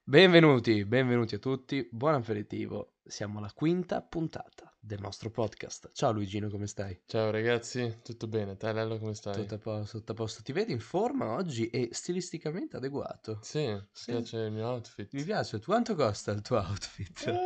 Benvenuti a tutti, buon aperitivo. Siamo alla quinta puntata del nostro podcast. Ciao Luigino, come stai? Ciao ragazzi, tutto bene? Te Lello come stai? Tutto a posto. Ti vedo in forma oggi e stilisticamente adeguato. Sì, ti Sì, piace il mio mi outfit? piace. Quanto costa il tuo outfit?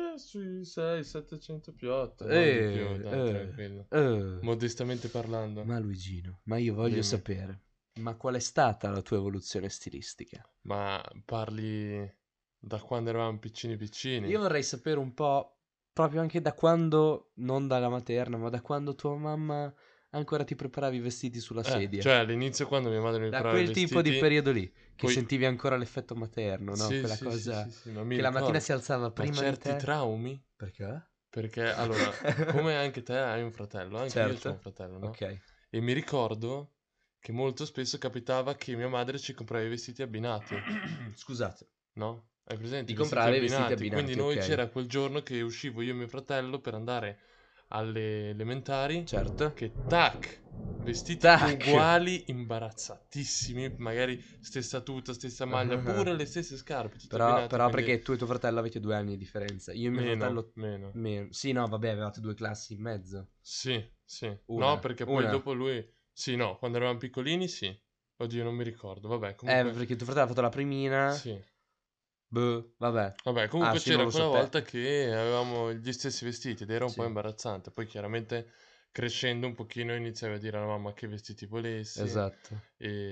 Sui 600-700 più 8, non di più, Eh, dai, eh, tranquillo. eh. Modestamente parlando, Ma Luigino, ma io voglio dimmi. sapere, ma qual è stata la tua evoluzione stilistica? Ma parli da quando eravamo piccini Io piccini? vorrei sapere un po', proprio anche da quando, non dalla materna, ma da quando tua mamma ancora ti preparavi i vestiti sulla sedia. Cioè all'inizio quando mia madre mi Da preparava i quel tipo di vestiti, periodo lì, che poi... sentivi ancora l'effetto materno, no? Sì, Quella sì, sì, cosa sì, sì, ma mi che la mattina ricordo. si alzava Ma prima di certi te. traumi, Perché? perché allora, come anche te hai un fratello, anche io ho un Certo, fratello, no? ok. E mi ricordo che molto spesso capitava che mia madre ci comprava i vestiti abbinati, Scusate, no? Hai presente di i vestiti comprare i vestiti abbinati? Quindi abbinati, noi ok. c'era quel giorno che uscivo io e mio fratello per andare alle elementari, Certo. che tac, vestiti Tac! uguali, imbarazzatissimi, magari stessa tuta, stessa maglia, pure le stesse scarpe, tutte Però, abbinate, però quindi perché tu e tuo fratello avete 2 anni di differenza. Io e mio meno, fratello meno. meno. Sì, no, vabbè, avevate 2 classi in mezzo. Sì, sì. No, Una, perché poi una. dopo lui... Sì, no, quando eravamo piccolini sì. Oddio, non mi ricordo. Vabbè, comunque... Perché tuo fratello ha fatto la primina. Sì. Boh, vabbè. Vabbè, Ah, comunque sì, non c'era lo so quella te. volta che avevamo gli stessi vestiti ed era un po' Sì, imbarazzante. Poi chiaramente crescendo un pochino iniziavi a dire alla mamma che vestiti volessi esatto.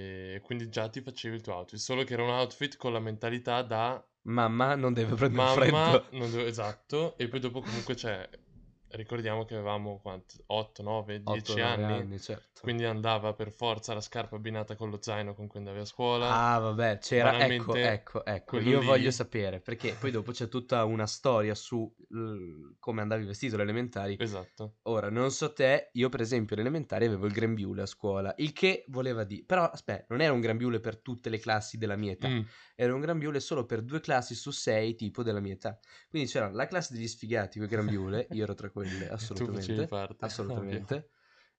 e quindi già ti facevi il tuo outfit. Solo che era un outfit con la mentalità da Mamma non deve prendere mamma, freddo. non dovevo, esatto, e poi dopo comunque c'è, ricordiamo che avevamo 8, 9, 10 8-9 anni, anni, certo. quindi andava per forza la scarpa abbinata con lo zaino con cui andavi a scuola. Ah, vabbè, c'era. Ecco, Banalmente ecco, ecco. quello Io voglio lì, sapere perché poi dopo c'è tutta una storia su come andavi vestito alle elementari. esatto. Ora, non so te, io per esempio alle elementari avevo il grembiule a scuola, il che voleva dire. Però, aspetta, non era un grembiule per tutte le classi della mia età, Mm, era un grembiule solo per 2 classi su 6, tipo della mia età. Quindi c'era la classe degli sfigati con i grembiule, io ero tra quelle, E tu facevi assolutamente, parte, ovvio. assolutamente.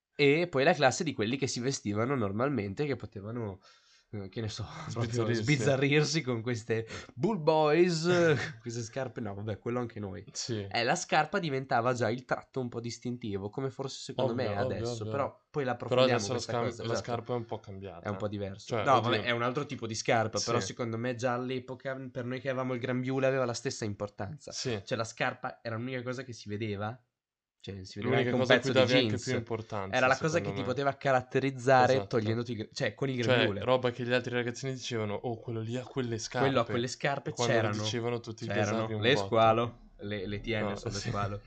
E poi la classe di quelli che si vestivano normalmente, che potevano, che ne so, proprio Sbizzarrirsi. sbizzarrirsi con queste Bull Boys, queste scarpe. No, vabbè, quello anche noi. Sì, La scarpa diventava già il tratto un po' distintivo, come forse secondo me è ovvio, ovvio, adesso, ovvio, ovvio. però poi la Però approfondiamo adesso questa cosa, la esatto. scarpa è un po' È un po' cambiata. diverso. Cioè, No, vabbè, è oddio, un altro tipo di scarpa, però sì, secondo me già all'epoca, per noi che avevamo il grembiule, aveva la stessa importanza. sì. Cioè la scarpa era l'unica cosa che si vedeva, cioè si vedeva L'unica anche un cosa a cui pezzo di davi anche più jeans. Era importanza, la cosa che secondo ti me. poteva caratterizzare Esatto. togliendoti, cioè con il Cioè, grembiule. roba che gli altri ragazzini dicevano, oh, quello lì ha quelle Quello a scarpe. quelle E scarpe quando lo c'erano, dicevano tu ti gasavi c'erano un le botto. squalo, le TN No, sono le sì. squalo,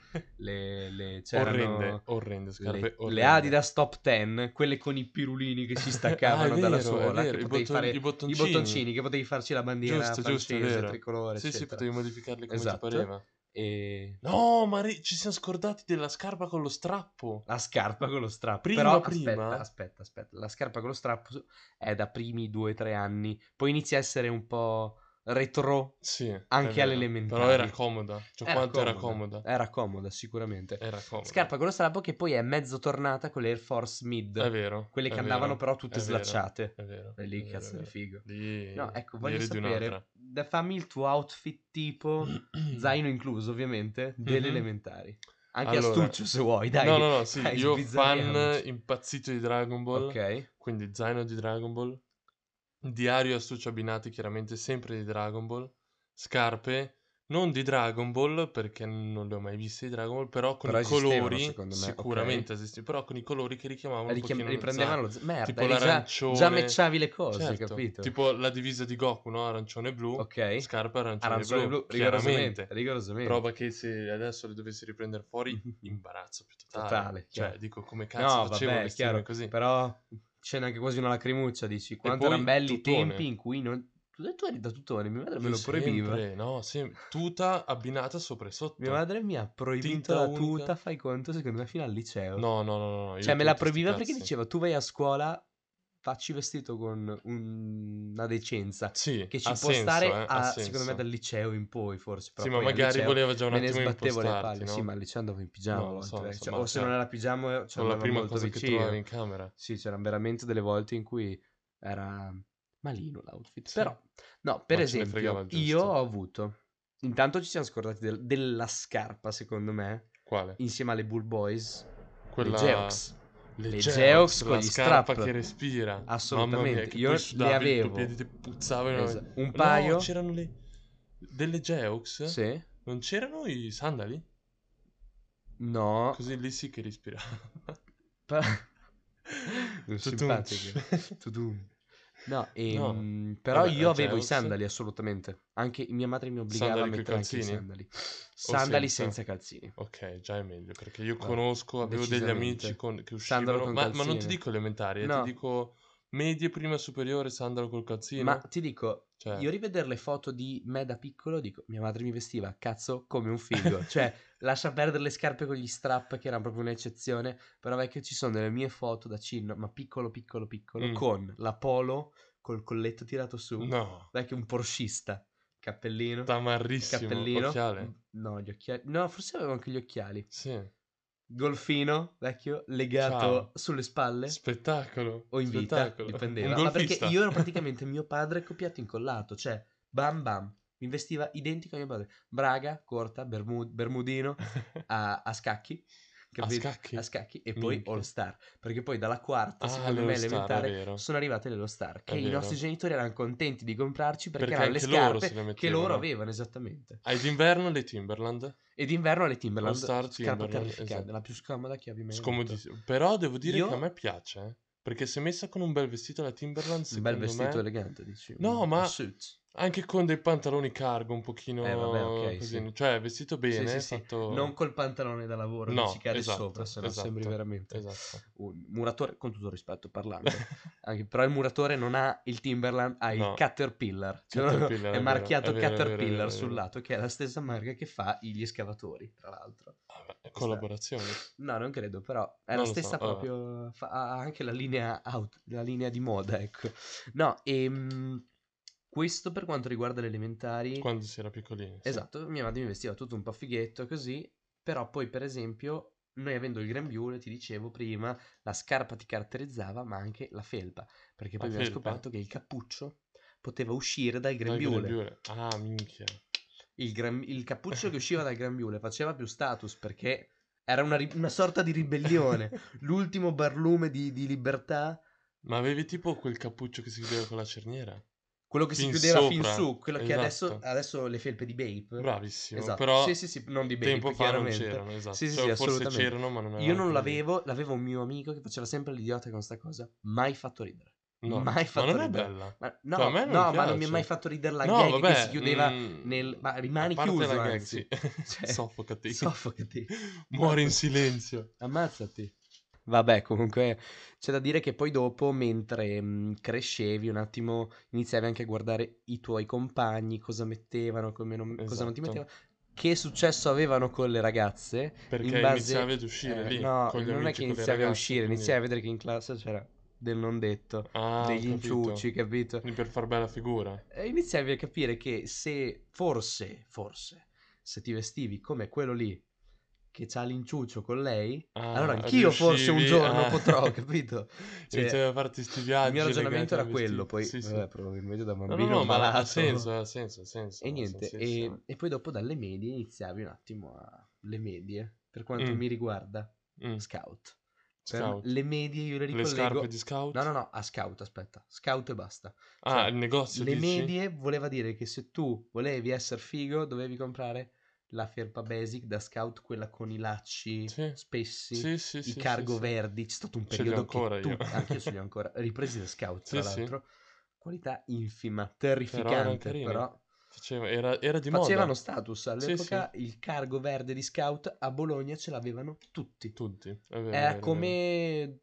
Orrende, c'erano orrende, scarpe le orrende. Adidas Top 10, quelle con i pirulini che si Ah, staccavano dalla è suola, che vero, potevi fare i i bottoncini. bottoncini, che potevi farci la bandiera Giusto, giusto, è francese, vero. tricolore, Sì, sì, eccetera. potevi modificarli come ti Esatto. pareva. E No, ma ci siamo scordati della scarpa con lo strappo. la scarpa con lo strappo. Però Prima, aspetta, prima? aspetta, aspetta. La scarpa con lo strappo è da primi 2 o 3 anni. Poi inizia a essere un po' retro Sì, è anche alle vero. Però era elementari. comoda. Cioè, quanto era comoda? Era comoda sicuramente. Era comoda. Scarpa con lo strappo che poi è mezzo tornata con le Air Force È Mid. vero, Quelle è che andavano vero, però tutte è vero, slacciate. è vero, E è lì vero, è cazzo di vero. figo. No, Lì, ecco, lì voglio eri di un'altra. sapere, fammi il tuo outfit tipo, zaino incluso ovviamente, delle Mhm. elementari. Anche Allora, astuccio se vuoi, no, dai, no, no, sì, dai, io fan sbizzarriamoci. impazzito di Dragon Ok, Ball, quindi zaino di Dragon Ball, diario e astuccio abbinati, chiaramente sempre di Dragon Ball, scarpe, non di Dragon Ball perché non le ho mai viste di Dragon Ball, però con però i esistevano colori, secondo me, ok. sicuramente esisti, però con i colori che richiamavano un pochino lo zaino, Riprendevano merda, tipo eri già l'arancione, matchavi le cose, certo, capito? tipo la divisa di Goku, no? Arancione e blu, Ok, scarpe arancione e arancione e blu, blu, rigorosamente, chiaramente. rigorosamente. Roba che se adesso le dovessi riprendere fuori, imbarazzo più totale. Totale, Cioè, chiaro. dico, come cazzo No, facevo a vabbè, è vestirmi chiaro, così? però scende anche quasi una lacrimuccia, dici, E quanto erano poi belli i tempi tutone. in cui non. Tu eri da tutone, mia madre me Io lo proibiva. sempre, no, tuta abbinata sopra e Mia sotto. madre mi ha proibito Tinta la unica. tuta, fai conto, secondo me fino al liceo. No, no, no, no, no, Cioè, io me la tutte sti proibiva perché cazzi. diceva, tu vai a scuola, facci vestito con una decenza, Sì, che ha ci può senso, stare, ha secondo me, senso. dal liceo in poi, forse, però Sì, ma poi al magari liceo voleva già un me ne attimo sbattevo le impostarti, palle. Sì, ma no? al liceo andavo in pigiama a No, volte, lo so, cioè, ma o se non cioè, era pigiama ci con la andava prima molto cosa che trovavi vicino. in camera. Sì, c'erano veramente delle volte in cui era. malino l'outfit. Sì. Però, no, per Ma ce ne fregava esempio, il io giusto. ho avuto... Intanto ci siamo scordati della scarpa, secondo me, Quale? insieme alle Bull Boys, le Quella... Geox. Le Le Geox, Geox con la gli scarpa che strap. respira. Mamma mia, Assolutamente. che poi Io le sudavi, il tuo piede avevo. ti puzzava. Un No, paio. c'erano le... Delle Geox? Sì. Non c'erano i sandali? No. Così lì sì che respirava. Pa- Non Tutum. simpatiche. Tudum. No, No, però vabbè, io la avevo i Geox. sandali assolutamente. Anche mia madre mi obbligava a Sandali coi mettere anche i calzini? sandali. O Sandali senza? senza calzini. Ok, già è meglio, perché io Vabbè, conosco, avevo degli amici decisamente. che Sandalo uscivano, con ma non ti calzini. dico elementari, ti No, dico medie, prima superiore, sandalo col ma calzino. ti dico, Cioè, io rivedere le foto di me da piccolo, dico, mia madre mi vestiva, cazzo, come un figo. Cioè, lascia perdere le scarpe con gli strap, che erano proprio un'eccezione, però vecchio ci sono delle mie foto da cinno, ma piccolo, piccolo, piccolo, mm, con la polo, col colletto tirato su, no, vecchio un porschista, tamarrissimo, cappellino, occhiale. no, gli occhiali, no, forse avevo anche gli occhiali, Sì, golfino, vecchio, legato ciao, sulle spalle, spettacolo, o in vita, spettacolo. Un dipendeva. Ma perché golfista. io ero praticamente mio padre copiato e incollato, cioè bam bam, mi vestiva identico a mio padre. Braga, corta, bermudino, a scacchi, A capito? A scacchi? scacchi e poi All Minchia. Star, perché poi dalla quarta, Ah, secondo le me All Star, è elementare, vero, sono arrivate le All Star, che è i nostri vero. genitori erano contenti di comprarci perché Perché erano le anche loro se scarpe le che loro mettevano. avevano, esattamente. D'inverno le Timberland. E d'inverno le All Timberland, Star scarpa Timberland, terrificante, esatto. la più scomoda che abbia mai avuto. Scomodissimo. Però devo dire che a Io, me piace, perché se messa con un bel vestito la Timberland, un bel secondo vestito me... elegante, dici, No, un ma suit. anche con dei pantaloni cargo un Vabbè, pochino ok, sì. così. Cioè, vestito Sì, sì, bene, sì. Non fatto... col pantalone da lavoro che ci No, cade sopra, esatto, se no sembri esatto, veramente esatto. un muratore, con tutto il rispetto parlando. Però il muratore non ha il Timberland, ha il No, Caterpillar. Cioè, Caterpillar, è è marchiato vero, è vero, è vero, Caterpillar è sul vero. lato, che è la stessa marca che fa gli escavatori, tra l'altro. Vabbè, Questa... collaborazioni? No, non credo, però è la Non lo so, stessa vabbè. proprio... Ha anche la linea, la linea di moda, ecco. No, questo per quanto riguarda le elementari. Quando si era piccolini, sì. Esatto, mia madre mi vestiva tutto un po' fighetto così, però poi per esempio noi avendo il grembiule, ti dicevo prima, la scarpa ti caratterizzava, ma anche la felpa, perché poi La abbiamo felpa? scoperto che il cappuccio poteva uscire dal Dal grembiule. grembiule. Ah, minchia. Il cappuccio che usciva dal grembiule faceva più status perché era una sorta di ribellione, l'ultimo barlume di libertà. Ma avevi tipo quel cappuccio che si chiudeva con la cerniera? Quello che si Fin chiudeva fin sopra, su, quello che esatto. adesso le felpe di Bape. Bravissimo, Esatto, sì, però sì, sì, non di tempo Bape, fa non chiaramente. c'erano, esatto. Sì, sì, sì, Cioè, forse assolutamente. c'erano, ma non Io eravamo non ancora lì. l'avevo un mio amico che faceva sempre l'idiota con sta cosa. Mai fatto ridere. No, Mai ma fatto non è ridere. bella. Ma, Cioè, a no, me non no, ma non mi è mai piace. fatto ridere la No, gag che si vabbè, chiudeva nel... Ma a rimani parte chiuso, la gag, sì. anzi. Cioè, Soffocati. soffocati. Muori in Ammazzati. silenzio. Ammazzati. Vabbè, comunque c'è da dire che poi dopo, mentre crescevi un attimo, iniziavi anche a guardare i tuoi compagni, cosa mettevano, cosa non ti Esatto. mettevano, che successo avevano con le ragazze, in Perché iniziavi base... ad uscire lì, no, con gli non è amici, che con le iniziavi a ragazze, uscire, quindi... iniziavi a vedere che in classe c'era del non detto, Ah, ho degli capito. inciuci, capito? Quindi per far bella figura. E iniziavi a capire che se forse, se ti vestivi come quello lì che c'ha l'inciuccio con lei, allora Ah, anch'io forse un riuscivi giorno a... potrò, capito? Iniziavi Cioè, a farti sti il mio viaggi ragionamento legati al era quello, vestito. poi, Sì, sì. vabbè, probabilmente da No, no, bambino no, ma ha malato. senso, ha senso, ha senso, E ha niente, sensissimo. e poi dopo dalle medie iniziavi un attimo le medie, per quanto Mm, mi riguarda, mm. scout. Scout. Le medie io le Le scarpe di ricollego... No, no, scout? no, a scout, aspetta, scout e basta. Ah, Cioè, il negozio le dici? medie voleva dire che se tu volevi essere figo, dovevi comprare la felpa basic da scout, quella con i lacci Sì, spessi, sì, sì, i sì, sì, cargo sì. verdi. C'è stato un Ce li ho periodo che ancora io. tutti, anche io ce li ho ancora, ripresi da scout, Sì, tra sì. l'altro, qualità infima, Però erano terrificante, carini. però Era di facevano moda. status. Sì, sì. All'epoca il cargo verde di scout a Bologna ce l'avevano tutti. Tutti. È vero, è Era vero, è vero. come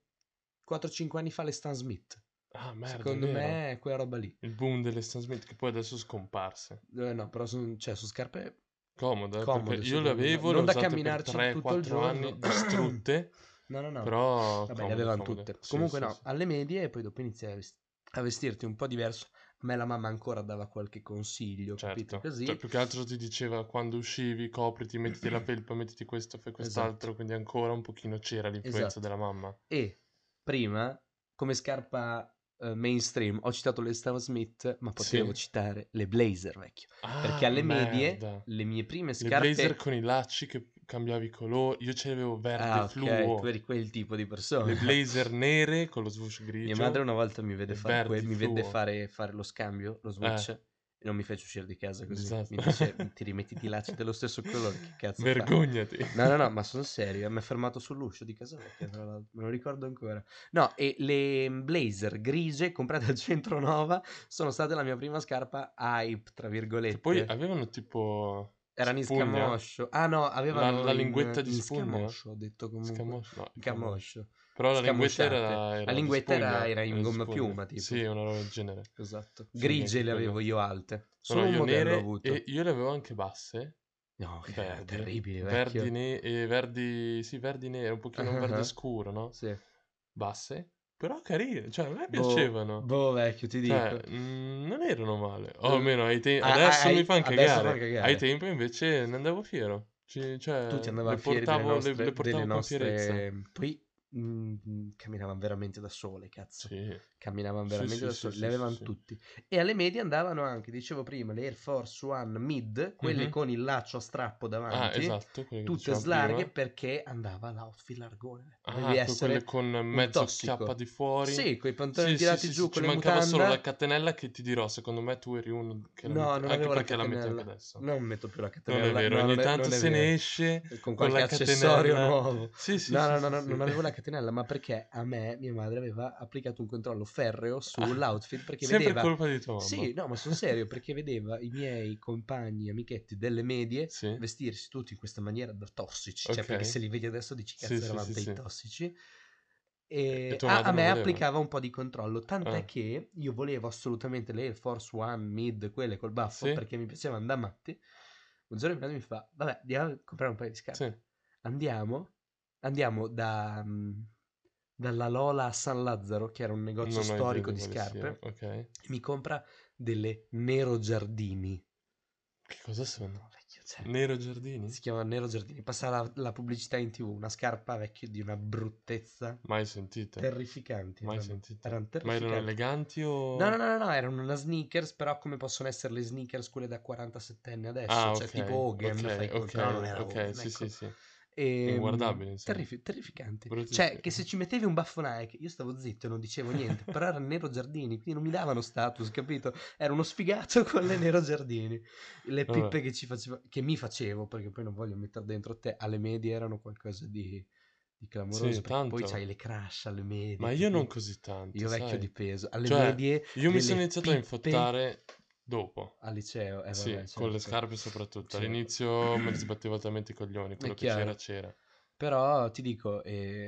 4-5 anni fa le Stan Smith. Ah, merda, è Secondo vero. me è quella roba lì. Il boom delle Stan Smith che poi adesso è scomparse. No, però sono scarpe Comode, perché comode, io le secondo me. avevo, le ho Non da usate per camminarci tutto il 3-4 giorno. anni, distrutte, No, no, no. però Vabbè, le comode, avevano comode. tutte. Sì, Comunque sì, no, sì. alle medie e poi dopo iniziai a vestirti un po' diverso. A me la mamma ancora dava qualche consiglio, capito? Certo. Cioè, Così. più che altro ti diceva quando uscivi, copriti, mettiti la felpa, mettiti questo, fai Esatto, quest'altro, quindi ancora un pochino c'era l'influenza esatto. della mamma. E prima, come scarpa mainstream. Ho citato le Stan Smith, ma potevo Sì. citare le Blazer, vecchio. Perché Ah, alle medie, merda. le mie prime Le blazer scarpe... con i lacci che cambiavi i colori. Io ce l'avevo verde Ah, ok, tu fluo. eri quel tipo di Le persona. blazer nere con lo swoosh Mia madre grigio una volta mi vede, e verdi mi vede fluo. fare lo scambio, lo switch, e non mi fece uscire di casa così. Mi Disastro. dice, ti rimettiti i lacci dello stesso colore, che cazzo fai? Vergognati. No, ma sono serio, mi ha fermato sull'uscio di casa vecchia, tra l'altro, me lo ricordo ancora. No, e le blazer grigie comprate al Centro Nova sono state la mia prima scarpa hype, tra Che poi virgolette. avevano tipo Erano in spugna. scamoscio. Ah no, La, avevano la linguetta di in spugna. scamoscio, ho detto comunque. Scamoscio? No, In camoscio. camoscio. Però la linguetta Scamosciate. La era di linguetta spugna. era Era in di gomma spugna. piuma, tipo. Sì, una roba del genere. Esatto. Fighe Grigie anche le avevo quelle. io alte. No, no, Solo un io modello ho nere e avuto. io le avevo anche basse. No, che Verdi. terribili, Verdi, vecchio. e verdi, sì, verdi nere, un pochino un verde scuro, no? Sì. Basse. Però carine, cioè a me Boh, piacevano. boh, vecchio, ti Cioè, dico. non erano male. O almeno ai tempi. Ah, Adesso mi fanno adesso fanno cagare. Ai cagare. tempi invece ne andavo fiero. Tutti Cioè, andavano fieri delle le nostre, portavo con fierezza. Poi camminavano veramente da sole, cazzo. Sì. Camminavano Sì, veramente sì, da sì, sole, le sì, sì, avevano sì. tutti. E alle medie andavano anche, dicevo prima, le Air Force One Mid, quelle Mhm. con il laccio a strappo Ah, davanti, esatto, quello che tutte dicevamo slarghe prima. perché andava l'outfit largone. Dovevi Ah, quelle essere con un mezzo chiappa tossico. di fuori. Sì, coi pantaloni Sì, sì, tirati sì, giù sì, con ci le mancava solo la mutanda. catenella che ti dirò, secondo me tu eri uno che la No, mette, non anche avevo la perché la metti anche catenella. adesso. Non metto più la Non è catenella. vero, No, ogni tanto non è se ne vero. esce Con con qualche la accessorio catenella. nuovo. Sì, sì, No, sì, no, no, sì, no, sì. non avevo la catenella, ma perché a me mia madre aveva applicato un controllo ferreo Ah, sull'outfit perché sempre vedeva... colpa di tua mamma. Sì, no, ma sono serio, perché vedeva i miei compagni, amichetti delle medie Sì, vestirsi tutti in questa maniera da tossici, cioè perché se ok. li vedi adesso dici Sì, cazzo sì, eravamo sì, dei sì. tossici. E E tua madre a lo me voleva. applicava un po' di controllo, tant'è Ah, che io volevo assolutamente le Air Force One Mid, quelle col baffo, sì, perché mi piacevano da matti. Un giorno mio padre mi fa, vabbè, andiamo a comprare un paio di sì. scarpe. Andiamo dalla Lola a San Lazzaro, che era un negozio Non ho idea storico di di quale sia, scarpe, ok. e mi compra delle Nero Giardini. Che cosa No, sono? vecchio, cioè, Nero Giardini? si chiama Nero Giardini. Passava la pubblicità in TV, una scarpa vecchio di una bruttezza. Mai sentite? Terrificanti Mai erano. sentite? Erano Ma erano terrificanti. eleganti No, no, o... no, no, no, erano una sneakers, però come possono essere le sneakers quelle da 47enne adesso, Ah, cioè tipo ok, Hogan, fai conto, però non era ok, Hogan, sì, sì, ecco. sì. E, Inguardabili, insomma. terrificanti. Cioè, Bruttissimi. che se ci mettevi un baffo Nike, io stavo zitto e non dicevo niente, però era Nero Giardini, quindi non mi davano status, capito? Era uno sfigato con le Nero Giardini. Le Vabbè. pippe che mi facevo, perché poi non voglio mettere dentro te, alle medie erano qualcosa di clamoroso, Sì, perché poi tanto. c'hai le crash alle medie, Ma io non capito? così tanto, Io vecchio di sai? peso, alle Cioè, medie io mi sono delle iniziato a pippe infottare dopo. al liceo, vabbè, Sì, con le certo, scarpe soprattutto. certo, All'inizio me ne sbattevo talmente i coglioni, è quello che c'era chiaro. c'era. Però ti dico,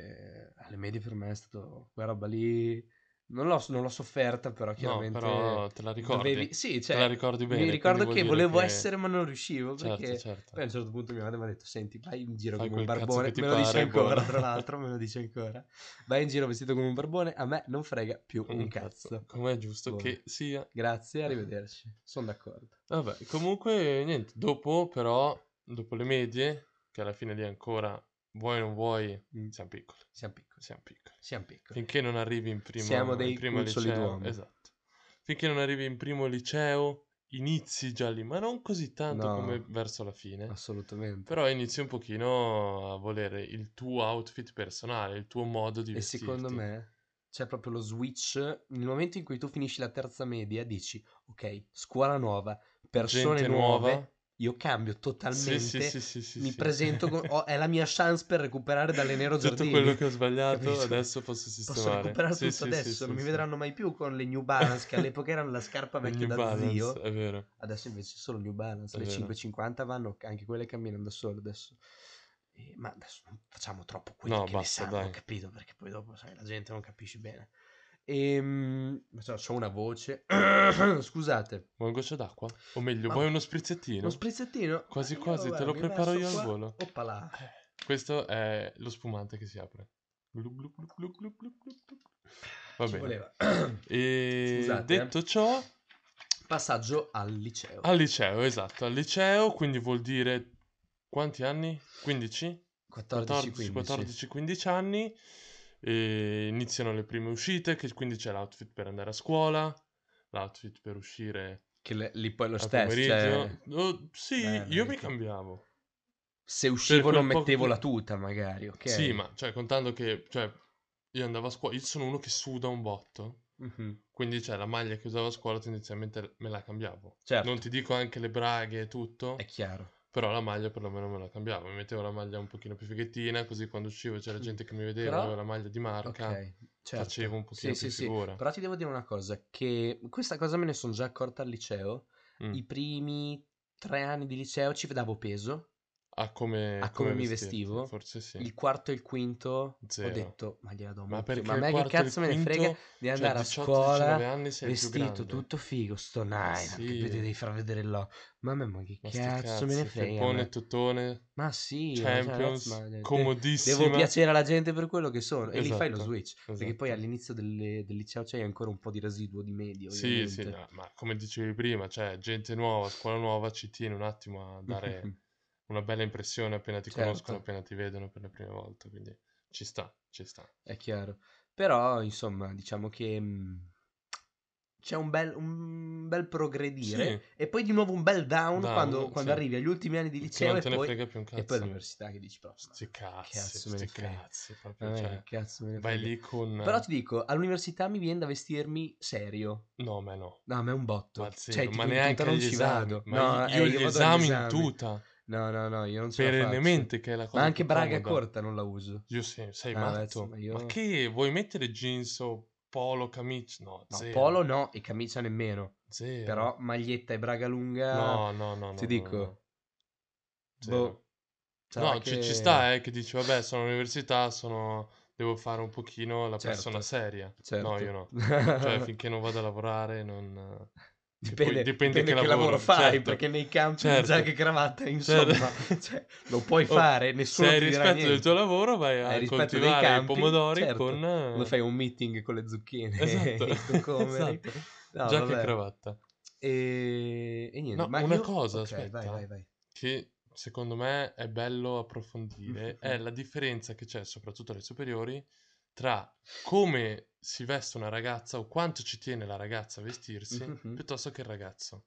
alle medie per me è stato quella roba lì. Non l'ho sofferta, però No, chiaramente però te la ricordi. dovevi. Sì, Te la cioè, ricordi mi bene, quindi ricordo vuol che dire volevo che... essere, ma non riuscivo. Certo, Perché poi certo. a un certo punto mia madre mi ha detto: Senti, vai in giro Fai come un quel cazzo che barbone. ti Me lo dice pare, buono. ancora, tra l'altro, me lo dice ancora. Vai in giro vestito come un barbone, a me non frega più un Un cazzo. cazzo. Com'è giusto Buono. che sia. Grazie, arrivederci. Sono d'accordo. Vabbè, comunque, niente. Dopo, però, dopo le medie, che alla fine lì ancora, vuoi o non vuoi, Mm. siamo piccoli. Siamo piccoli. Siamo piccoli. Siamo piccoli. Finché non arrivi Siamo in dei primo cuccioli liceo, d'uomo. esatto. Finché non arrivi in primo liceo, inizi già lì, ma non così tanto come No, verso la fine. assolutamente. Però inizi un pochino a volere il tuo outfit personale, il tuo modo di E secondo vestirti. me c'è proprio lo switch. Nel momento in cui tu finisci la terza media, dici: Ok, scuola nuova, persone Gente nuova. nuove. Io cambio Sì, sì, totalmente. sì, sì, sì, Mi sì. presento. È la mia chance per recuperare dalle Nero Tutto quello Giardini. che ho sbagliato Capito? adesso posso Posso sistemare. recuperare Sì, tutto sì, sì, adesso. Non sì, mi sì. vedranno mai più con le New Balance, che all'epoca erano la scarpa Le vecchia New da Balance, zio. è vero, Adesso invece solo New Balance. è Le vero. 550 vanno, anche quelle camminano da sole adesso. Ma adesso non facciamo troppo quelli No, che ne basta, sanno, dai. capito? Perché poi dopo, sai, la gente non capisce bene. C'ho una voce. Scusate. Vuoi un goccio d'acqua? O meglio, vuoi Vabbè. uno Uno sprizzettino? sprizzettino? Ma Quasi io, quasi, te guarda, lo mi preparo verso io al qua. volo. Oppala. Questo è lo spumante che si apre. Glu, glu, glu, glu, glu, glu, glu, glu. Va Ci bene. voleva. E Scusate, detto ciò, Passaggio al liceo. al liceo, esatto, al liceo, quindi vuol dire quanti anni? 15? 14, 14-15. 14, 15 anni. E iniziano le prime uscite, che quindi c'è l'outfit per andare a scuola, l'outfit per uscire Che lì poi lo al stesso, cioè... pomeriggio. Oh, sì, io mi cambiavo. Se Per uscivo non quel poco mettevo che... la tuta, magari, Sì, ok? ma cioè, contando che... Cioè, io andavo a scuola, io sono uno che suda un botto, Mhm. quindi cioè, la maglia che usavo a scuola tendenzialmente me la cambiavo. Non Certo, ti dico anche le braghe e è tutto, chiaro. però la maglia perlomeno me la cambiavo. Mi mettevo la maglia un pochino più fighettina, così quando uscivo c'era Mm. gente che mi vedeva, Però, avevo la maglia di marca, ok, facevo certo. un Sì, pochino più sì, sì. figura. Però ti devo dire una cosa, che questa cosa me ne sono già accorta al liceo. Mm. I primi 3 anni di liceo ci davo peso A a come come mi vestirti, vestivo. forse sì. Il quarto e il quinto ho Zero. detto, ma gliela do Ma mucchio. Ma perché a il me che quarto e il cazzo me ne frega quinto, di cioè andare a 18-19 scuola anni sei il più vestito grande. tutto figo, sto Ma Nike, che sì, devi far vedere ma che ma sti cazzo me ne cazzi, frega a felpone, me? tutone, Ma sì, ma cioè, ragazzi, Champions, devo comodissima. piacere alla gente per quello che sono. E lì fai lo Esatto, switch. Perché poi esatto. all'inizio del liceo c'hai ancora un po' di residuo di medio, Sì, sì, ovviamente. no, ma come dicevi prima, cioè gente nuova, scuola nuova, ci tiene un attimo a dare una bella impressione appena ti conoscono, Certo. appena ti vedono per la prima volta, quindi ci sta, ci sta. È chiaro. Però, insomma, diciamo che c'è un bel progredire Sì, e poi di nuovo un bel down quando, down, quando sì, arrivi agli ultimi anni di che liceo non e te ne poi, frega più un e poi cazzo. all'università che dici, però, ma Sti cazzi, a proprio, me cioè, che cazzo me ne vai frega. lì Però con... ti dico, all'università mi viene da vestirmi serio. No, a me no, No, a me è un botto. ma Cioè, zero, ma tipo in tuta neanche non agli ci esami, vado. ma No, io io gli vado agli esami in esami. tuta, No, no, no, io non ce la faccio. perennemente, che è la Ma cosa anche più braga comoda. corta non la uso. Io sei Ah, ragazzi, matto? ma Ma io... che vuoi mettere jeans o polo, camicia? No, No, polo zero, no e camicia nemmeno. zero. Però maglietta e braga lunga, No, no, no, ti no, no, no, dico, no, zero. boh, sarà No, ci che... sta, che dici, vabbè, sono all'università, devo fare un pochino la persona Certo, seria. No, io certo. no. Cioè, finché non vado a lavorare, non... Che poi Dipende, dipende dipende che che lavoro lavoro, fai, certo, perché nei campi di giacca certo, e cravatta, certo. insomma, cioè, lo puoi Oh, fare, se nessuno hai ti dirà rispetto del tuo niente. lavoro, vai Hai a rispetto dei coltivare i campi, pomodori certo. con... Quando fai un meeting con le zucchine e Esatto, i cucumeri. esatto. No, Giacca e vabbè. cravatta. E niente, No, ma una io... cosa, Ok, vai, aspetta, vai, vai. che secondo me è bello approfondire, è la differenza che c'è, soprattutto alle superiori, tra come si veste una ragazza o quanto ci tiene la ragazza a vestirsi, piuttosto che il ragazzo.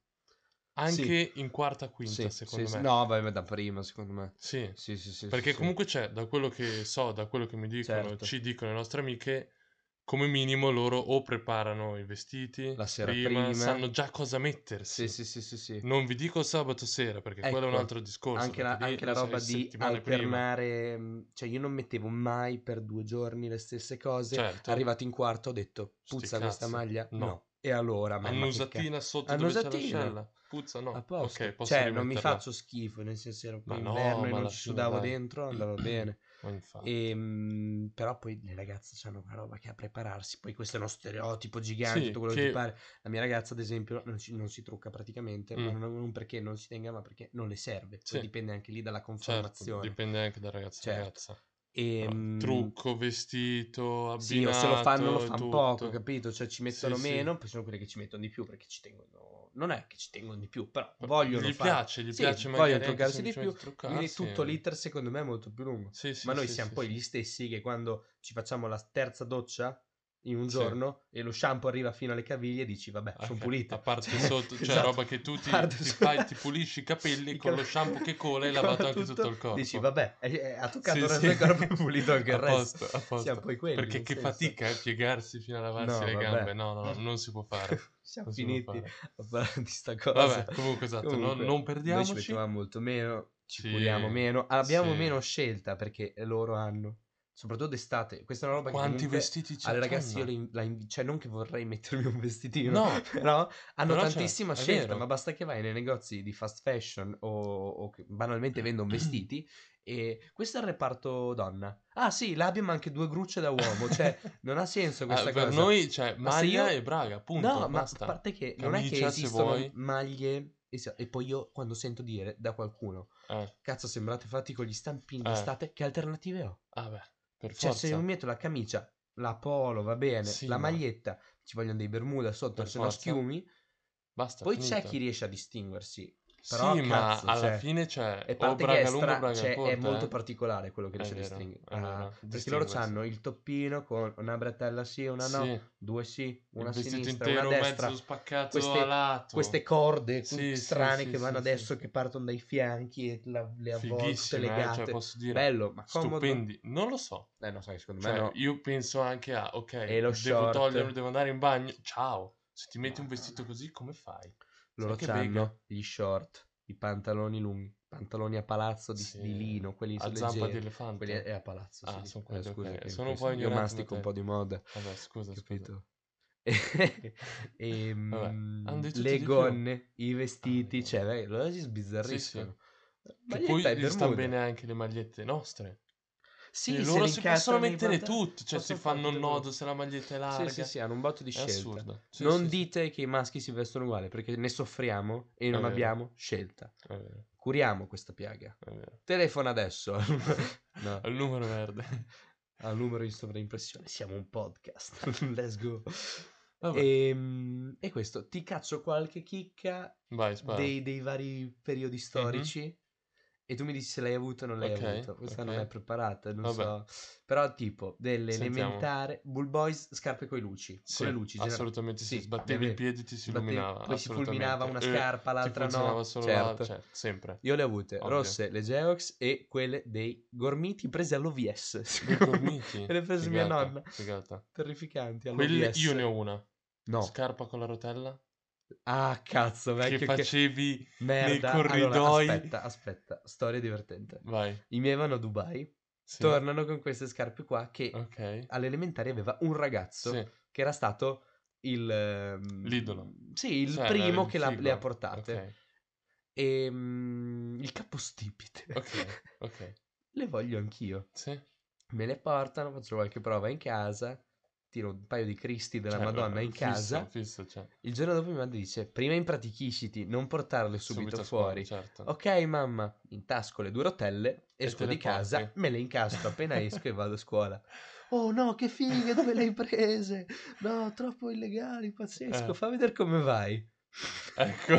Sì, Anche in quarta, quinta, sì, sì, secondo sì. me. No, vai, da prima, secondo me. Sì, Sì, sì, sì, sì, perché sì. comunque c'è, da quello che so, da quello che mi dicono, Certo. ci dicono le nostre amiche, come minimo loro o preparano i vestiti La sera prima, prima. sanno già cosa Sì, mettersi. sì, sì, sì, sì. Non vi dico sabato sera, perché quello è un Ecco, altro discorso, anche perché la, lì anche la lo sai roba di settimane prima. alternare, cioè io non mettevo mai per 2 giorni le stesse cose. Certo, Arrivato in quarto ho detto, sti puzza questa cazzi, maglia? no. No. E allora, ma che cazzo? Annusatina sotto dove c'è Annusatina, l'ascella? Puzza, a no. Ok, posto. posso Cioè, non mi rimetterla. faccio schifo, nel senso ero poi Ma no, inverno e ma non alla ci fine sudavo dai. dentro, andava bene. Ma infatti. Però poi le ragazze hanno una roba che a prepararsi. Poi questo è uno stereotipo gigante, tutto Sì, quello che ti che... pare. La mia ragazza, ad esempio, non si trucca praticamente, ma mm, non perché non si tenga, ma perché non le serve. Poi sì, dipende anche lì dalla certo, conformazione. dipende anche da ragazza a Certo. ragazza. Però E, trucco, vestito, sì, o se lo fanno, lo abbinato e fanno poco, tutto. capito? Cioè ci Sì, mettono sì. meno, poi sono quelli che ci mettono di più perché ci tengono. Non è che ci tengono di più, però vogliono fare. Gli Sì, piace vogliono magari anche truccarsi di più. semplicemente Quindi truccarsi. tutto l'iter secondo me è molto più lungo. Sì, Ma sì, noi sì, siamo sì, poi sì. gli stessi che quando ci facciamo la terza doccia in un Sì. giorno e lo shampoo arriva fino alle caviglie e dici vabbè, sono Ok, a pulite. parte Cioè, sotto, cioè esatto. roba che tu A parte ti fai, ti pulisci i capelli i con cap- lo shampoo che cola e hai lavato cola anche tutto tutto, il dici corpo. vabbè, ha toccato Sì, il sì, resto del corpo e pulito anche il a resto. posto, a Siamo posto. poi quelli, Perché nel che senso. fatica, piegarsi fino a lavarsi No, le gambe. vabbè. No, no, no, non si può fare. Siamo Non si può finiti fare. a parlare di sta cosa. Vabbè, comunque esatto, Comunque, non noi ci perdiamoci. mettevamo molto meno, ci curiamo Sì, meno, abbiamo sì. meno scelta perché loro hanno, soprattutto d'estate. Questa è una roba che Quanti comunque vestiti alle ragazze io c'hanno? cioè non che vorrei mettermi un vestitino, No, però hanno però cioè, tantissima è scelta, ma vero. basta che vai nei negozi di fast fashion o che banalmente vendono vestiti e questo è il reparto donna. Ah sì, là abbiamo anche 2 grucce da uomo, cioè non ha senso Ah, questa per cosa. noi c'è Ma se maglia e io... braga, punto, No, ma a basta. parte che non è che Camicia se esistono vuoi. maglie e poi io quando sento dire da qualcuno Eh, cazzo sembrate fatti con gli stampini d'estate, che alternative ho? ah beh, per Cioè se io mi forza. metto la camicia, la polo va bene, Sì, la ma maglietta, ci vogliono dei bermuda sotto, per se no forza. schiumi. Basta, Poi c'è chi finito. riesce a distinguersi, Però Sì, ma cazzo, alla cioè, fine c'è e o parte che braga lunga o braga cioè, è corta, molto particolare quello che È dice le vero, stringhe. è vero, Perché loro distinguersi. hanno il toppino con una bretella sì, una Sì, no, due sì, il una a vestito sinistra, una a intero mezzo destra. spaccato a Queste lato. corde Sì, sì, strane sì, che vanno sì, sì. adesso, che partono dai fianchi e le avvolgono tutte Fighissime, cioè legate. posso dire, Bello, ma comodo? stupendi. Non lo so. No, sai, secondo me Cioè, no. io penso anche a, E ok, lo devo toglierlo, short. devo andare in bagno. Ciao, se ti metti un vestito Ma così, come fai? Sai loro che bega? c'hanno gli short, i pantaloni lunghi, pantaloni a palazzo di Sì, lino, quelli a zampa di leggeri, quelli elefante. è a palazzo, Ah, sì. sono quelli, Scusa ok. che Sono un po' io ignorante come mastico un te. po' di moda, Vabbè, scusa, scusa. capito? Vabbè, hanno di tutto e Le di più. gonne, i Ah, le vestiti, cioè, gonne. loro si Sì, sì. sbizzarriscono. Che Maglietta poi e gli stanno bermuda. bene anche le magliette nostre. Quindi Sì, se loro le si possono incastrano nei mettere pantaloni, tutto, cioè si possono fare fanno il tutte quello. nodo se la maglietta è Sì, sì, larga. sì, hanno un botto di È scelta. assurdo. Sì, Non sì, sì. dite che i maschi si vestono uguali, perché ne soffriamo e È non vero, abbiamo scelta. è vero, Curiamo questa piaga. è vero. Telefona adesso. No. Al numero verde. Al numero in sovraimpressione. Siamo un podcast. Let's go. Vabbè, E questo, ti caccio qualche chicca vai, spara. dei vari periodi Mhm. storici e tu mi dici se l'hai avuto o non l'hai Ok, avuto. Questa non è ok. preparata, non Vabbè, so. Però tipo, sentiamo. dell'elementare, Bull Boys, scarpe coi luci. Con Sì, le luci, assolutamente sì. sì, Sbattevi il piede, ti si illuminava, poi si fulminava assolutamente. una E scarpa, ti l'altra funzionava no. solo la... Certo. Cioè, sempre, Io le ho avute, ovvio. rosse, le Geox e quelle dei Gormiti prese all'OVS. Dei gormiti. Me le ha prese mia Figata, nonna. figata. Terrificanti, Quelle, io all'OVS. ne ho una. No. Scarpa con la rotella Ah, cazzo, che vecchio che... facevi nei Merda. Allora, corridoi. aspetta, storia divertente. Vai, I miei vanno a Dubai, sì, tornano con queste scarpe qua che ok, all'elementare aveva un ragazzo sì, che era stato l'idolo. sì, il Cioè, primo il che le ha figo. portate. Ok, Il capostipite. ok, ok. Le voglio anch'io. Sì, Me le portano, faccio qualche prova in casa, tiro un paio di Cristi della cioè, Madonna in fisso, casa. fisso, cioè, Il giorno dopo mi manda e dice: Prima impratichisciti, non portarle subito subito a scuola, fuori. certo. Ok, mamma, intasco le due rotelle, E te esco le di porti. casa, me le incastro appena esco e vado a scuola. Oh no, che fighe, dove le hai prese? No, troppo illegali, pazzesco. Eh, Fa vedere come vai. ecco.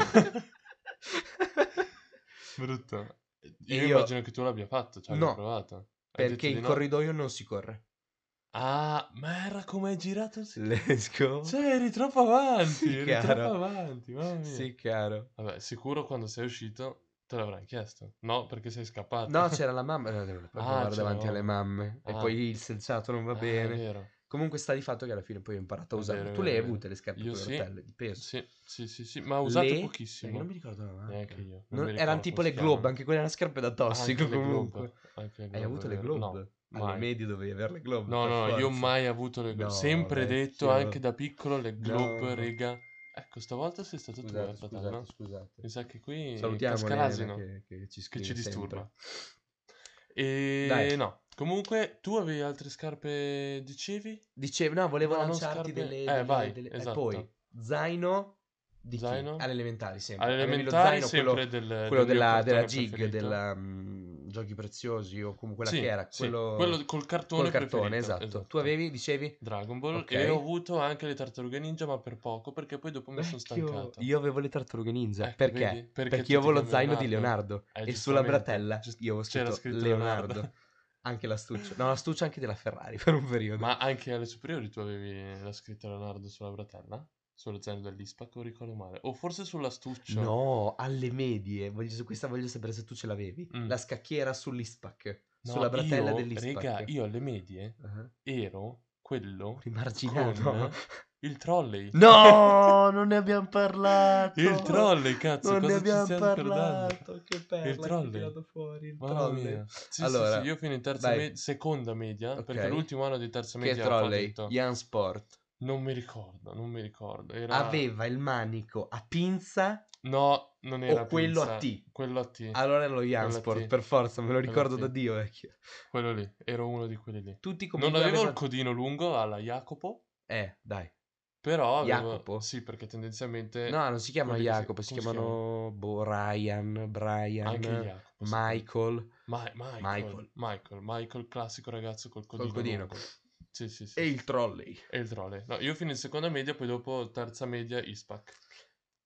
Brutto. E Io io, immagino che tu l'abbia fatto, cioè abbia no, provato. Hai perché detto di in no? corridoio non si corre. Ah, ma era come hai girato il... Let's go. Cioè, Sì, eri troppo caro. avanti, mamma mia. Sì, caro. Vabbè, sicuro quando sei uscito te l'avrai chiesto. No, perché sei scappato. No, c'era la mamma, non puoi Ah, provare c'era la davanti alle mamma. mamme. E poi Ah, il selciato non va ah, è bene. vero, Comunque sta di fatto che alla fine poi ho imparato a è usarle. vero, è Tu le vero, hai è vero. avute le scarpe Io con le sì, rotelle, penso. sì, sì, sì, sì, ma usate Le... che non pochissimo. mi ricordo la Neanche marca. io, non mi Erano ricordo come tipo si le Globe, chiamano. anche quelle erano scarpe da tossico comunque. Anche le Hai Globe, è avuto le vero. No, Globe? Alle mai. medie dovevi avere le Globe, No, per no, io ho forza. mai avuto le Globe. No, Sempre detto, anche vecchio. da piccolo, le Globe, No. rega. Ecco, stavolta sei stato tu, Scusate, fratello. scusate. Mi sa che qui Salutiamo casca Elena l'asino, che ci che ci scrive sempre. disturba. E Dai, no, comunque, tu avevi altre scarpe, dicevi? dicevo, no, volevo No, non lanciarti scarpe. delle, Vai, E poi, esatto. zaino di chi? Zaino? Alle elementari sempre. Alle Avevi lo elementari zaino, sempre quello del mio della cartone Gig, preferito. della Giochi Preziosi o comunque quella che Sì, era, sì, quello quello col col cartone cartone, preferito, esatto. Tu esatto. avevi, dicevi? Dragon Ball e ho Ok. avuto anche le tartarughe ninja, ma per poco, perché poi dopo mi sono Vecchio, stancato. io avevo le tartarughe ninja. Ecco, vedi? Perché? Perché Perché io tu ti avevo lo chiami zaino di Leonardo? Leonardo e sulla Giustamente, bretella io avevo c'era scritto scritto Leonardo. Leonardo. Anche l'astuccio. No, l'astuccio anche della Ferrari per un periodo. Ma anche alle superiori tu avevi la scritta Leonardo sulla bretella? Sullo zaino dell'ISPAC, o ricordo male? O forse sull'astuccio? No, alle medie. Su questa voglio sapere se tu ce l'avevi. Mm. La scacchiera sull'ISPAC. Sulla No, bretella rega, dell'ISPAC. io alle medie Ah, ero un quello rimarginato. con il trolley. No, non ne abbiamo Il parlato. trolley, cazzo, Non ne cosa ci abbiamo stiamo scordando? parlato. Che Il perla che hai trolley. tirato fuori, il Mamma trolley. mia. Sì, sì, sì, Allora, io fino in vai. seconda media, perché Ok. l'ultimo anno di terza Che media ho fatto trolley? tutto. Ian Sport. Non mi ricordo, non mi ricordo. Era... Aveva il manico a pinza No, non o era quello a pinza, T? quello a T, Allora era lo Ian quello a Sport, T, per forza, me lo quello a ricordo da T, Dio, vecchio. quello lì, ero uno di quelli lì. Tutti Non comunque avevo il avevano... codino lungo alla Jacopo, Dai. però avevo... Jacopo? Sì, perché tendenzialmente No, non si chiamano quelli che si... Jacopo, si Come si chiamano? chiamano Ryan, Anche Brian, Jacopo, secondo me. Michael, Michael, Michael, Michael, classico ragazzo col col codino codino. lungo. Sì, sì, sì, E sì. il trolley. E il trolley. No, io fino in seconda media, poi dopo terza media ISPAC.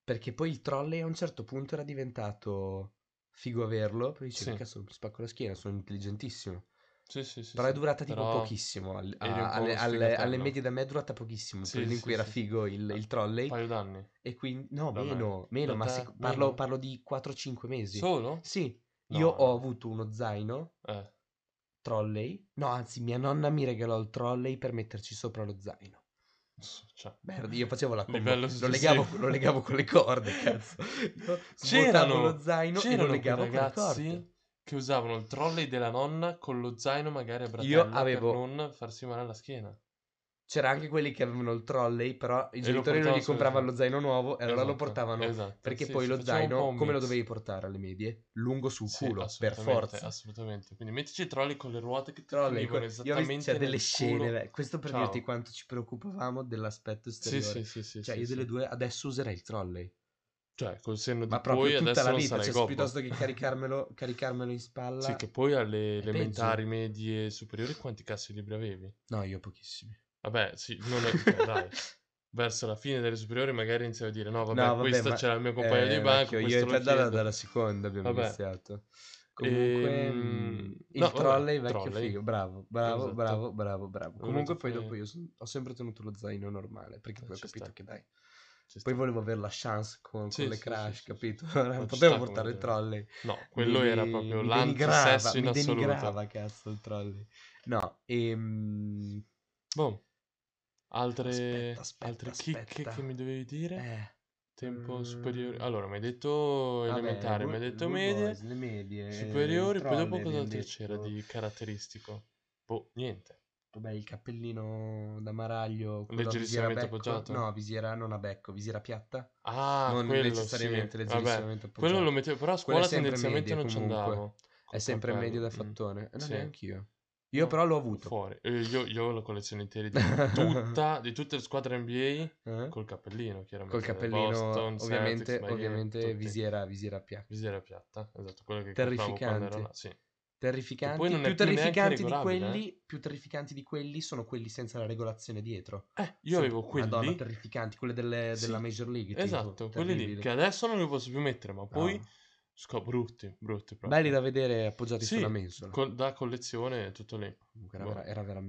Perché poi il trolley a un certo punto era diventato figo averlo, poi dicevi, Sì, cazzo, mi spacco la schiena, sono intelligentissimo. sì, sì, sì, Però è sì. durata tipo Però pochissimo, eri un po' alle, uno alle sfigatello. medie da me è durata pochissimo, il Sì, periodo in cui sì, era sì, sì. figo il Un trolley, paio d'anni e quindi, no, da me. meno, Da ma te? parlo, Meno? parlo di 4-5 mesi. Solo? Sì, io No, ho no. avuto uno zaino Eh. trolley, no, anzi, mia nonna mi regalò il trolley per metterci sopra lo zaino. Cioè, Merda, io facevo la combo, livello lo successivo. legavo con le corde, cazzo. Io svuotavo lo C'erano, zaino e lo c'erano quei legavo con le corde. ragazzi che usavano il trolley della nonna con lo zaino magari a Io bretella per avevo non farsi male alla schiena. C'era anche quelli che avevano il trolley, però i E lo genitori non gli portavano sulle compravano spalle. lo zaino nuovo e allora lo Esatto, portavano, esatto. perché Sì, poi si lo faceva un po' zaino un come lo mix. dovevi portare alle medie? Lungo sul Sì, culo, per assolutamente, forza. assolutamente. Quindi mettici i trolley con le ruote che ti Trolley, finivano io ho visto, c'è esattamente delle nel scene, culo. questo per dirti Ciao. quanto ci preoccupavamo dell'aspetto Sì, sì, esteriore. sì, sì, Cioè sì, io delle sì. due adesso userei il trolley, Cioè, col senno di ma proprio poi tutta adesso la non vita, sarai cioè gobbo. piuttosto che caricarmelo in Sì, spalla, che poi alle è elementari, peggio. medie, superiori, quanti cazzo di libri avevi? No, io pochissimi. Vabbè, sì, non è... cioè, dai, verso la fine delle superiori magari iniziavi a dire, no, vabbè, No, vabbè, questa ma c'era il mio compagno di banco, vecchio, io questo e lo te dalla, chiedo. dalla seconda abbiamo Vabbè. iniziato. Comunque, No, il vabbè, trolley vecchio trolley. figo, bravo, bravo, Esatto. bravo, bravo, bravo. Ho voluto Comunque poi dopo fare... io ho sempre tenuto lo zaino normale, perché poi ho Ci capito sta, che dai, ci poi sta. volevo avere la chance con Sì, le sì, sì, crash, sì, sì. capito? Non Ma ci potevo sta come portare il idea. trolley, No, quello era proprio l'antisesso in mi assoluto. denigrava, cazzo, il trolley. No, Boh, aspetta, altre aspetta, chicche che aspetta. mi dovevi dire? Eh. Tempo superiore. Mm, Allora, mi hai detto vabbè, elementare, mi hai detto Bull medie, Boys, le medie, il superiori, poi dopo trolley abbiamo cos'altro c'era detto. di caratteristico? Boh, niente. Vabbè, il cappellino da maraglio, quello a visiera a Leggerissimamente becco. No, appoggiato? visiera non a becco, visiera piatta. Ah, Non quello sì. necessariamente Vabbè, leggerissimamente quello lo appoggiato. mettevo, però a Quello è scuola sempre tendenzialmente medie non ci comunque. andavo È col sempre medio cappello. da fattone. Non Sì. neanch'io. Io No, però l'ho avuto. fuori. Io ho la collezione intera di tutte le squadre NBA Eh? col cappellino, Col chiaramente. cappellino, Boston, Celtics, ovviamente, Miami, ovviamente tutti. visiera piatta. Visiera piatta, esatto, quello che compravo quando ero Terrificanti. là, sì. Che poi Terrificanti. non è più neanche regolabile, eh? Più terrificanti di quelli sono quelli senza la regolazione dietro. Io avevo Madonna, quelli, terrificanti. Quelle della sì, Major League, tipo. esatto, quelli lì, Terribili. che adesso non li posso più mettere, ma poi, No. brutti, brutti Belli proprio. da vedere appoggiati su una Sì, mensola. da collezione, tutto lì. Comunque Boh,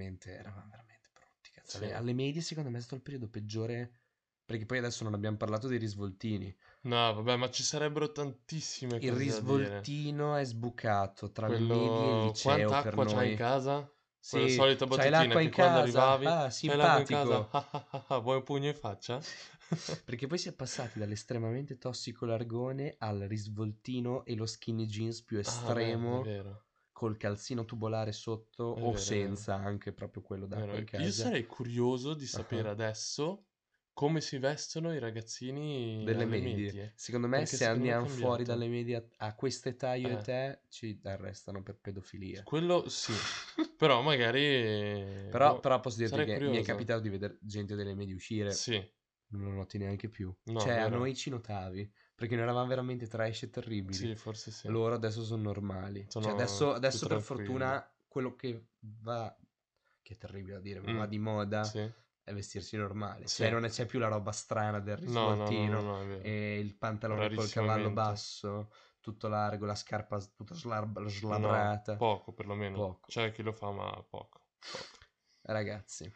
erano veramente brutti. Cazzo. sì. Alle medie, secondo me, è stato il periodo peggiore. Perché poi adesso non abbiamo parlato dei risvoltini. No, vabbè, ma ci sarebbero tantissime Il cose da dire. risvoltino è sbucato tra le medie e il Quello, liceo quanta per acqua c'hai in noi. casa? Quella Sì, solita c'hai battutina l'acqua in che quando casa? arrivavi, Ah, c'hai l'acqua in casa? simpatico. Vuoi un pugno in faccia? Perché poi si è passati dall'estremamente tossico l'argone al risvoltino e lo skinny jeans più Ah, beh, è estremo, vero, col calzino tubolare sotto è o vero, è vero. senza, anche proprio quello d'acqua in Io casa. sarei curioso di sapere Ah, adesso come si vestono i ragazzini delle alle medie. medie, Secondo me, perché se secondo me è andiamo fuori dalle cambiato. medie a quest'età, io e Eh, te ci arrestano per pedofilia. quello sì, però magari, Però, boh, però posso dirti sarei che mi è curioso. capitato di vedere gente delle medie uscire, Sì, non lo noti neanche più. no, Cioè, a vero? noi ci notavi, perché noi eravamo veramente trash e terribili. Sì, forse sì. Loro adesso sono normali. Cioè, Sono più adesso per tranquilli. fortuna quello che va, che è terribile da dire, ma va Mm, di moda sì, è vestirsi normale. Cioè, sì. non c'è più la roba strana del No, no, no, no, risvoltino no, è vero. e il pantalone col cavallo Rarissimamente. basso, tutto largo, la scarpa tutta No, slabrata. poco perlomeno. Poco. C'è chi lo fa, ma poco. Poco. Ragazzi,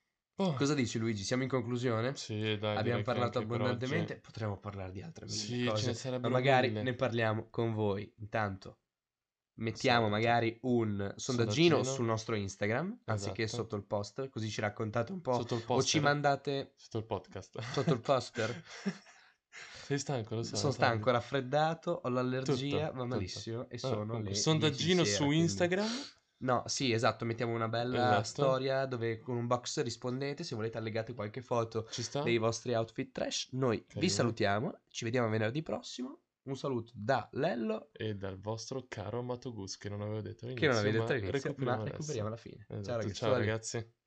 Oh, cosa dici Luigi? Siamo in conclusione? sì, dai, Abbiamo direi che parlato anche per oggi. abbondantemente, potremmo parlare di altre mille Sì, ce ne cose, ma sarebbero magari mille. ne parliamo con voi. Intanto mettiamo Solito. magari un sondaggino sul Sondaggino, nostro Instagram, anziché esatto. sotto il post, così ci raccontate un po' Sotto il o ci poster? mandate Sotto il podcast. sotto il poster. Sei stanco, lo so, è Sono tardi. stanco, raffreddato, ho l'allergia, Tutto, va tutto. malissimo e Vabbè, sono comunque, le 10 di sondaggino sera, su quindi... Instagram. No, sì, esatto, mettiamo una bella Esatto. storia dove con un box rispondete, se volete allegate qualche foto Ci sta? dei vostri outfit trash. Noi vi Carino. salutiamo, ci vediamo venerdì prossimo. Un saluto da Lello, E dal vostro caro Amato Gus, che non avevo detto che non all'inizio, avevi detto ma all'inizio, ma recuperiamo recuperiamo adesso. alla fine. Ciao Esatto, ciao ragazzuoli. ragazzi.